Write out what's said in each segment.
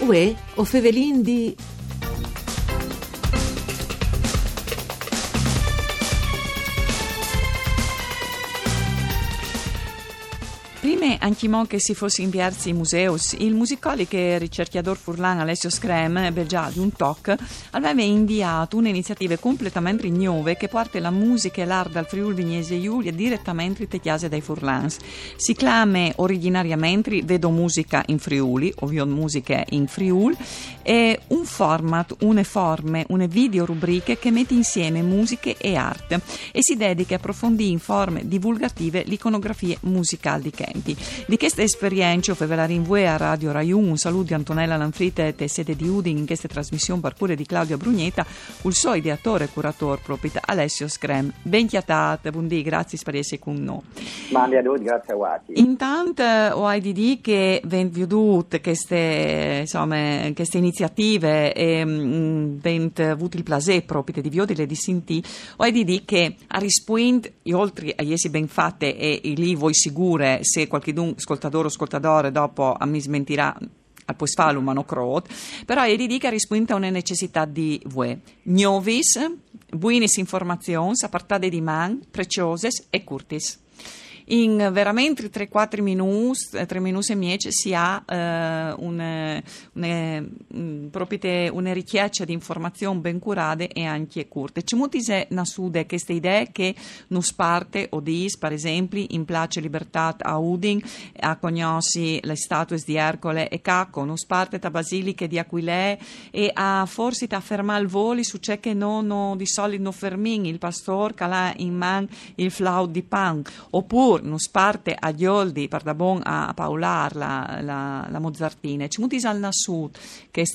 Uè, o Fevelin di... Prima, anche che si fosse inviarsi in museus, il musicale che il ricercatore furlan Alessio Screm, già di un TOC, aveva inviato un'iniziativa completamente nuova che porta la musica e l'arte dal Friuli Vignese Giulia direttamente in chiese dai furlans. Si chiama originariamente Vedo Musica in Friuli, ovvio musica in Friuli, è un format, une forme, une video rubriche che mette insieme musiche e arte e si dedica a approfondire in forme divulgative l'iconografia musicale di Kempi. Di questa esperienza favelare in voi a Radio Rai 1 un saluto di Antonella Lanfrite e sede di Udin in questa trasmissione per cura di Claudia Brugnetta, il suo ideatore e curatore proprio Alessio Screm. Ben chiatate, buondì, grazie per essere con noi. Mandi a tutti, grazie a voi. Intanto ho di dire che ben vedute queste iniziative e ben avuto il piacere proprio di vedere e di sentire, ho di dire che a rispondere, oltre a essi ben fatte e lì voi sicure se qualche ascoltatore o ascoltatore dopo mi smentirà al poi fare umano crot, però è di dire che risponde a una necessità di voi. Novis, buonis informazioni, apartate di man, prezioses e curtis. In veramente 3-4 minuti, 3 minuti e mezzo si ha proprio una richiesta di informazioni ben curate e anche curte. Ci mutise nasude queste idee che nos parte o dis, per esempio, in Place Libertà a Udin, a cognosci le statue di Ercole e Cacco, nos parte da Basiliche di Aquilè e a forse da fermare il voli su ciò che non di solito non fermin, il pastor che ha in man il flaut di pan, oppure nos parte a Gioldi per da bon a Paular la Mozartina. Ci mutis al Nasud che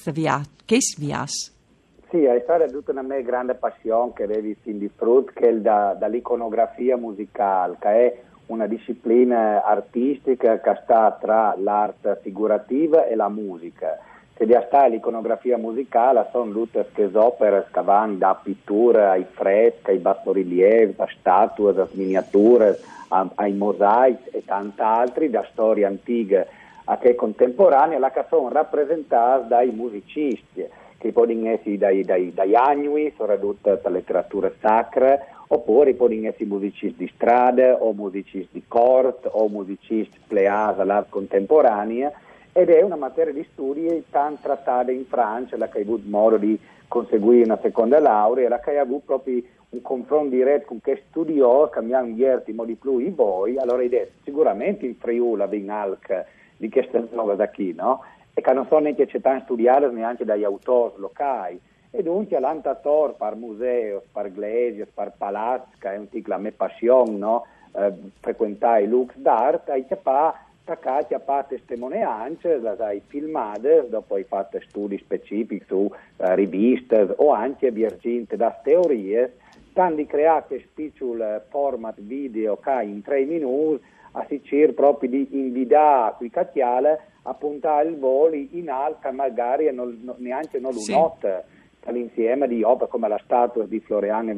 svias. Sì, è stata tutta una mia grande passione che avevi fin di frutto, che è dall'iconografia musicale, che è una disciplina artistica che sta tra l'arte figurativa e la musica. Se di sta l'iconografia musicale sono tutte queste opere che vanno da pittura ai freschi, ai bassorilievi, a statue, a miniature, ai mosaici e tanti altri, da storie antiche a che contemporanee, la che sono rappresentate dai musicisti, che possono essere dai agnui, soprattutto dalla letteratura sacra, oppure possono essere musicisti di strada, o musicisti di corte, o musicisti pleasi all'arte contemporanea, ed è una materia di studi tanto trattata in Francia, la che ha avuto modo di conseguire una seconda laurea, la che ha avuto proprio un confronto diretto con che studiò, che mi hanno inviato in modo più i voi, allora detto, sicuramente in Friuli abbiamo anche di queste cose da qui, no? E che non sono neanche tanto studiate neanche dagli autori locali, e dunque l'antator per musei, per iglesias, per palazzi, che è un tic la mia passione, no? Frequentare i lux d'arte, e che fa attaccati a testimonianze, dai filmate, dopo hai fatto studi specifici su riviste o anche virginte da teorie, stanno di creare questo piccolo format video che in 3 minuti a si cerca proprio di invitare qui cattiale a puntare il volo in alta, magari neanche non lo nota, all'insieme di opere come la statua di Floriano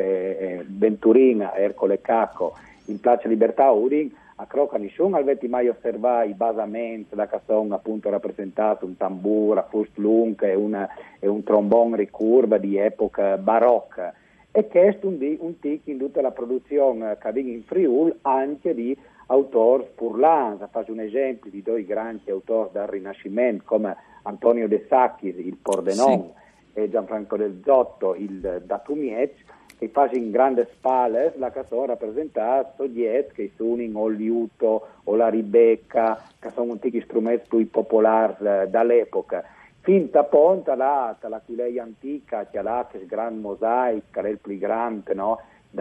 Venturina, Ercole Cacco, in Place Libertà Udin, a Croca nessuno avete mai osservato i basamenti da che sono appunto rappresentati un tamburo a fusto lungo e un trombone ricurva di epoca barocca. E questo un tic in tutta la produzione che avviene in Friuli anche di autori furlans. Faccio un esempio di 2 grandi autori del Rinascimento come Antonio De Sacchis, il Pordenone, e Gianfranco del Zotto, il Datumiec, che fanno in grande spalle la che sono rappresentati soggetti che sono in o il liuto o la ribecca, che sono antichi strumenti più popolari dall'epoca. Finta a ponta la Aquileia antica, che ha là questo grande mosaico, che è il più grande, no?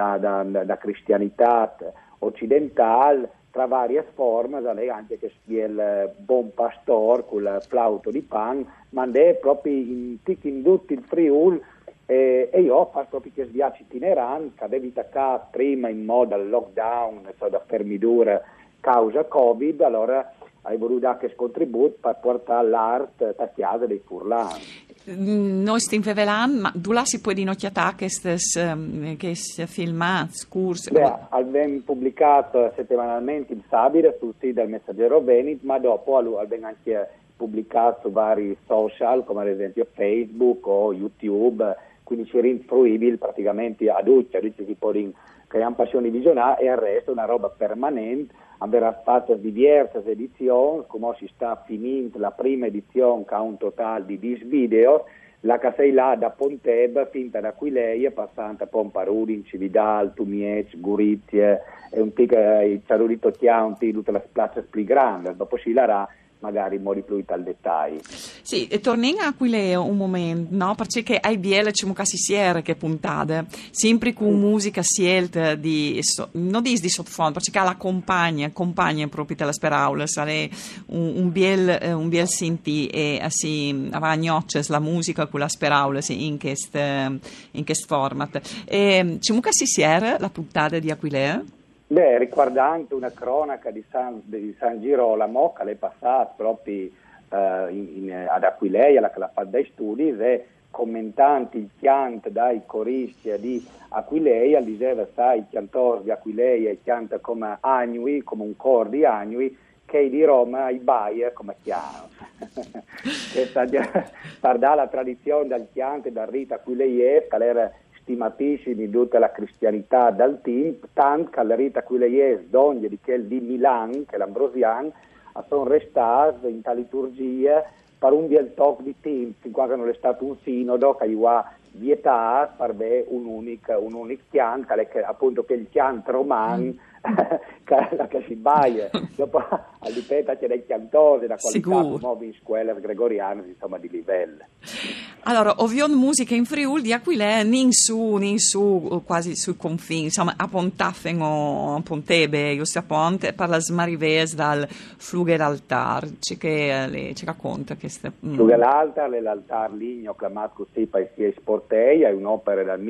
da cristianità occidentale, tra varie forme, da lei anche che il buon pastor con il flauto di pan, ma è proprio in tutto il Friuli. E io ho fatto proprio questo viaggio itinerante che avevo attaccato prima in modo al lockdown, da fermidura causa Covid, allora hai voluto dare questo contributo per portare l'arte a chiesa dei furlani. Noi stiamo vevelando, ma tu la si può dinocchiare che filmati, corsi? Abbiamo pubblicato settimanalmente il sabato sul sito del Messaggero Veneto, ma dopo abbiamo anche pubblicato su vari social, come ad esempio Facebook o YouTube, quindi ci rende fruibile praticamente a tutti che può creare passione di visionare, e il resto è una roba permanente. Abbiamo fatto diverse edizioni, come si sta finendo la prima edizione che ha un totale di 10 video, la che sei là da Ponteb finta da Aquileia, passando a Pomparudin, Cividal, Tumiec, Gurizie, e un tic il Ciarurito Chianti, tutte le piazze più grandi, dopo si larà magari mori più al dettaglio. Sì, e torniamo a Aquileia un momento, no? Perché hai biele ci mucassi siere che puntate, sempre con musica scelta non di sottofondo, perché la compagna proprio della speraula, sarà un biel senti e si avagnocces la musica con la speraula in questo format. E ci mucassi siere la puntata di Aquileia? Beh, riguardante una cronaca di San Girolamo che è passata proprio ad Aquileia, che l'ha fatta dai studi, e commentanti il chianto dai coristi di Aquileia, diceva sai il cantor di Aquileia chianta come agnui, come un coro di agnui, che di Roma i Baia come chiano. Questa parla la tradizione del chianto e dal rito aquileiese, che era stimatissimi di tutta la cristianità dal tempo, tanto che la rita aquileiese d'ogni di quel di Milan, che è l'Ambrosian, sono restati in tale liturgia per un bel tocco di tempo, fin quando non è stato un sinodo che ha vietato per un unico chianto, che è appunto quel chianto romano che si baia. Dopo all'ipeta c'è dei cantori da qualità nuovi in scuole gregoriane, insomma, di livello. Allora, ovvio musica in Friuli di Aquileia, nin su, quasi sui confini, insomma, a Pontafen o a Pontebe, io a Ponte, parla smarives dal Flughe d'Altar, c'è che ci racconta questa... Flughe d'Altar è l'altar ligno chiamato così per sia sportei, è un'opera dal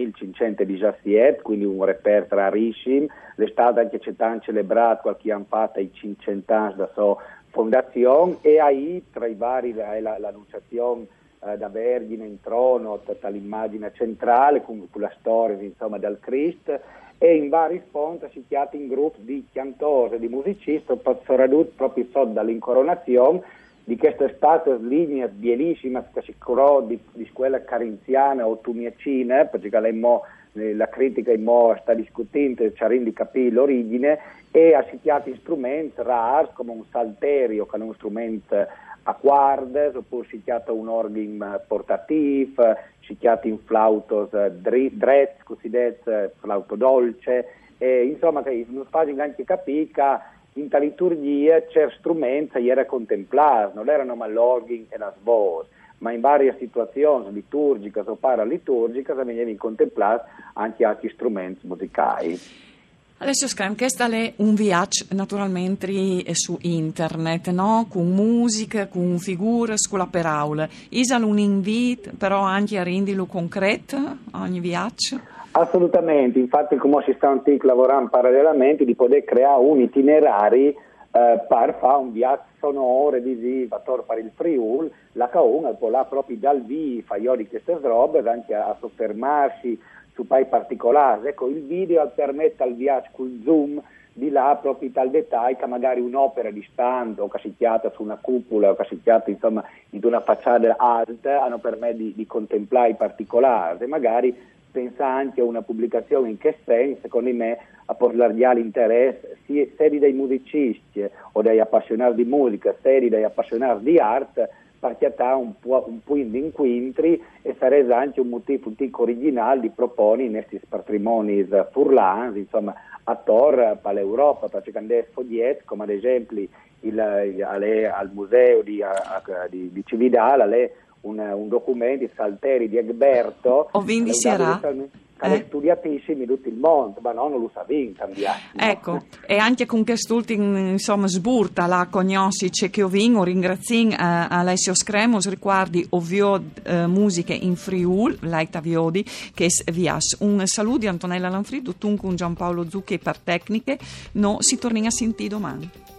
1517, quindi un reperto rarissimo, è stata anche celebrato qualche anno fa ai 500 anni da sua fondazione, e ahí tra i vari l'annunciazione da Vergine in trono, tutta l'immagine centrale con la storia insomma del Cristo, e in vari sponti si chiama in gruppi di cantori e di musicisti proprio sotto dall'incoronazione di queste state linee bielissime che si curò di scuola carinziana o tumiacina, perché la critica sta discutendo, ci rende capire l'origine, e ha citato strumenti rari come un salterio, che è uno strumento a cordes, oppure si chiama un organ portativo, si chiama in flautos dretz, cosiddetto flauto dolce, e insomma che non faccio anche capire che in tale liturgia certi strumenti erano contemplati, non erano ma l'organ e la voce, ma in varie situazioni liturgiche o paraliturgiche venivano contemplati anche altri strumenti musicali. Alessio Screm, questo è un viaggio naturalmente su internet, no? Con musica, con figure, con la paraula. È un invito però anche a renderlo concreto ogni viaggio? Assolutamente, infatti come si sta lavorando parallelamente di poter creare un itinerario per fare un viaggio sonoro, visivo per il Friuli, la Cauna può là proprio dal vivo io di queste robe, anche a soffermarsi su pai particolari. Ecco, il video permette al viaggio col zoom di là proprio tal dettaglio che magari un'opera distante o casicchiata su una cupola o casicchiata insomma in una facciata alta hanno permesso di contemplare i particolari, e magari pensa anche a una pubblicazione in che senso, secondo me, a portare l'interesse sia dei musicisti o degli appassionati di musica, sia degli appassionati di arte, perché ha un po' di incontri, e sarebbe anche un motivo originale di proporre in questi patrimoni furlans, insomma, attorno all'Europa, perché adesso dietro, come ad esempio al museo di Cividale, un documento di Salteri di Egberto, ho vinto che studiatissimi in tutto il mondo, ma non lo sapevo cambiare. Ecco, no? E anche con quest'ultimo insomma sburta la cognosci c'è che ho vinto, ringrazio Alessio Scremos riguardi ovvio musiche in Friuli, Laita Viodi, che è vias. Un saluto di Antonella Lanfrido, tu con Giampaolo Zucchi per tecniche, no si torna a sentire domani.